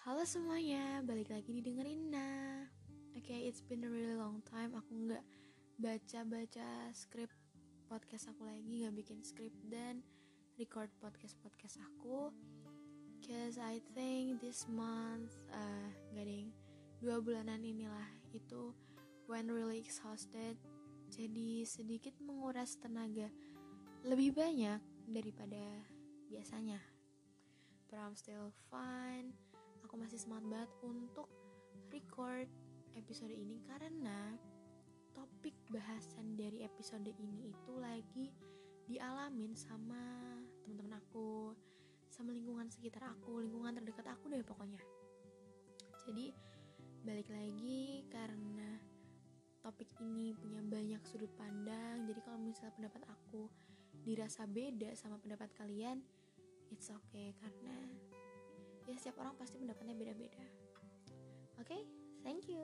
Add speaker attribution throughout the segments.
Speaker 1: Halo semuanya, balik lagi didengerin Nah. Oke, it's been a really long time aku nggak baca-baca skrip podcast aku lagi, nggak bikin skrip dan record podcast aku. Cause I think this month, nggak ding, 2 bulanan inilah itu when really exhausted. Jadi sedikit menguras tenaga lebih banyak daripada biasanya. But I'm still fine. Aku masih semangat banget untuk record episode ini karena topik bahasan dari episode ini itu lagi dialamin sama teman-teman aku, sama lingkungan sekitar aku, lingkungan terdekat aku deh pokoknya. Jadi balik lagi karena topik ini punya banyak sudut pandang. Jadi kalau misalnya pendapat aku dirasa beda sama pendapat kalian, it's okay karena ya setiap orang pasti pendapatnya beda-beda. Oke, thank you.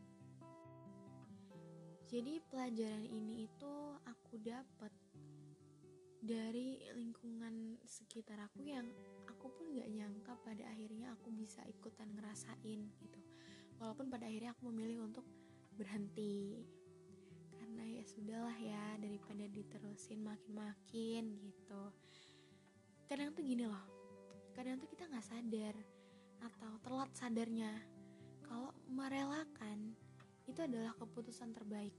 Speaker 1: Jadi pelajaran ini itu aku dapat dari lingkungan sekitar aku yang aku pun gak nyangka pada akhirnya aku bisa ikutan ngerasain gitu. Walaupun pada akhirnya aku memilih untuk berhenti. Karena ya sudahlah ya, daripada diterusin makin-makin gitu. Kadang tuh gini loh, kadang tuh kita gak sadar atau telat sadarnya kalau merelakan itu adalah keputusan terbaik.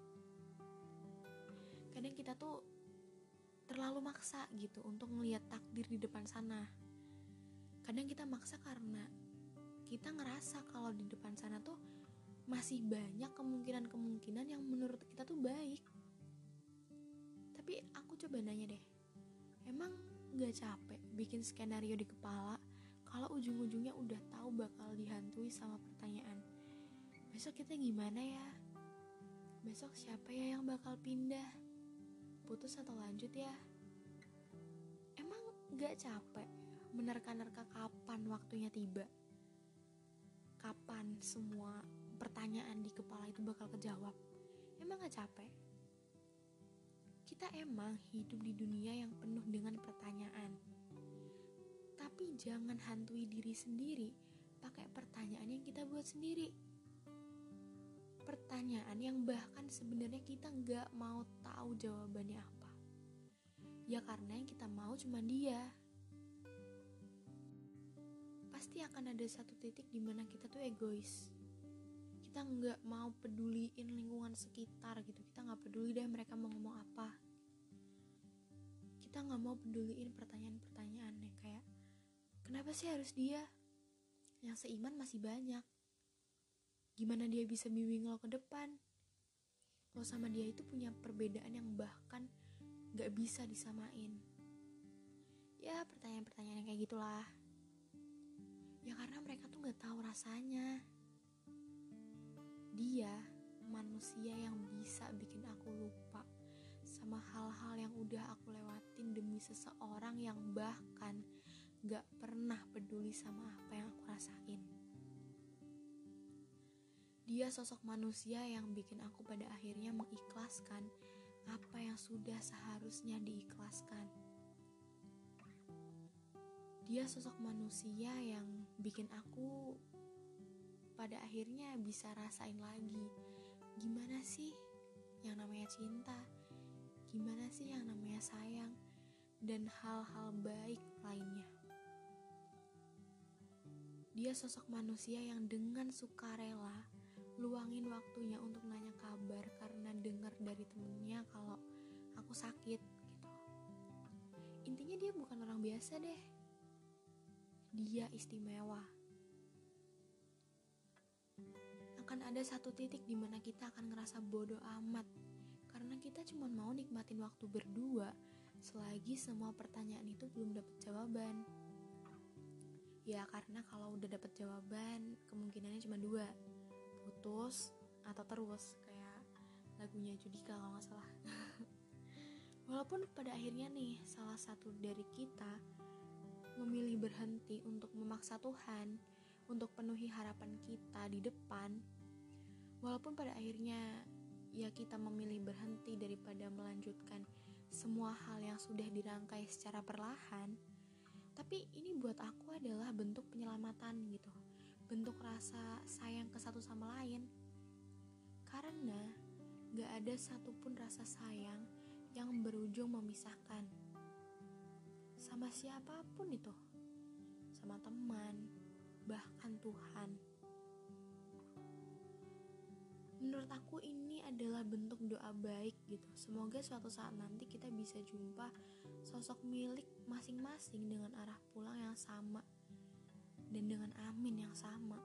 Speaker 1: Kadang kita tuh terlalu maksa gitu untuk ngelihat takdir di depan sana. Kadang kita maksa karena kita ngerasa kalau di depan sana tuh masih banyak kemungkinan-kemungkinan yang menurut kita tuh baik. Tapi aku coba nanya deh, emang gak capek bikin skenario di kepala kalau ujung-ujungnya udah tahu bakal dihantui sama pertanyaan, besok kita gimana ya? Besok siapa ya yang bakal pindah? Putus atau lanjut ya? Emang gak capek menerka-nerka kapan waktunya tiba? Kapan semua pertanyaan di kepala itu bakal kejawab? Emang gak capek? Kita emang hidup di dunia yang penuh dengan pertanyaan. Tapi jangan hantui diri sendiri pakai pertanyaan yang kita buat sendiri. Pertanyaan yang bahkan sebenarnya kita gak mau tahu jawabannya apa. Ya karena yang kita mau cuma dia. Pasti akan ada satu titik dimana kita tuh egois. Kita gak mau peduliin lingkungan sekitar gitu. Kita gak peduli deh mereka mau ngomong apa. Kita gak mau peduliin pertanyaan-pertanyaannya kayak, kenapa sih harus dia? Yang seiman masih banyak. Gimana dia bisa bimbing lo ke depan? Lo sama dia itu punya perbedaan yang bahkan gak bisa disamain. Ya pertanyaan-pertanyaan yang kayak gitulah. Ya karena mereka tuh gak tahu rasanya. Dia manusia yang bisa bikin aku lupa sama hal-hal yang udah aku lewatin demi seseorang yang bahkan gak pernah peduli sama apa yang aku rasain. Dia sosok manusia yang bikin aku pada akhirnya mengikhlaskan apa yang sudah seharusnya diikhlaskan. Dia sosok manusia yang bikin aku pada akhirnya bisa rasain lagi gimana sih yang namanya cinta, gimana sih yang namanya sayang, dan hal-hal baik lainnya. Dia sosok manusia yang dengan sukarela luangin waktunya untuk nanya kabar karena dengar dari temennya kalau aku sakit gitu. Intinya dia bukan orang biasa deh. Dia istimewa. Akan ada satu titik dimana kita akan ngerasa bodoh amat karena kita cuma mau nikmatin waktu berdua selagi semua pertanyaan itu belum dapat jawaban. Ya karena kalau udah dapat jawaban kemungkinannya cuma 2, putus atau terus, kayak lagunya Judika kalau gak salah. Walaupun pada akhirnya nih salah satu dari kita memilih berhenti untuk memaksa Tuhan untuk penuhi harapan kita di depan. Walaupun pada akhirnya ya kita memilih berhenti daripada melanjutkan semua hal yang sudah dirangkai secara perlahan, tapi ini buat aku adalah bentuk penyelamatan gitu. rasa sayang ke satu sama lain. Karena gak ada satupun rasa sayang yang berujung memisahkan. Sama siapapun itu. Sama teman, bahkan Tuhan. Menurut aku ini adalah bentuk doa baik gitu. Semoga suatu saat nanti kita bisa jumpa sosok milik masing-masing dengan arah pulang yang sama dan dengan amin yang sama.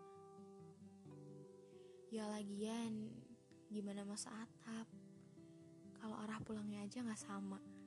Speaker 1: Ya lagian, gimana masa atap kalau arah pulangnya aja gak sama.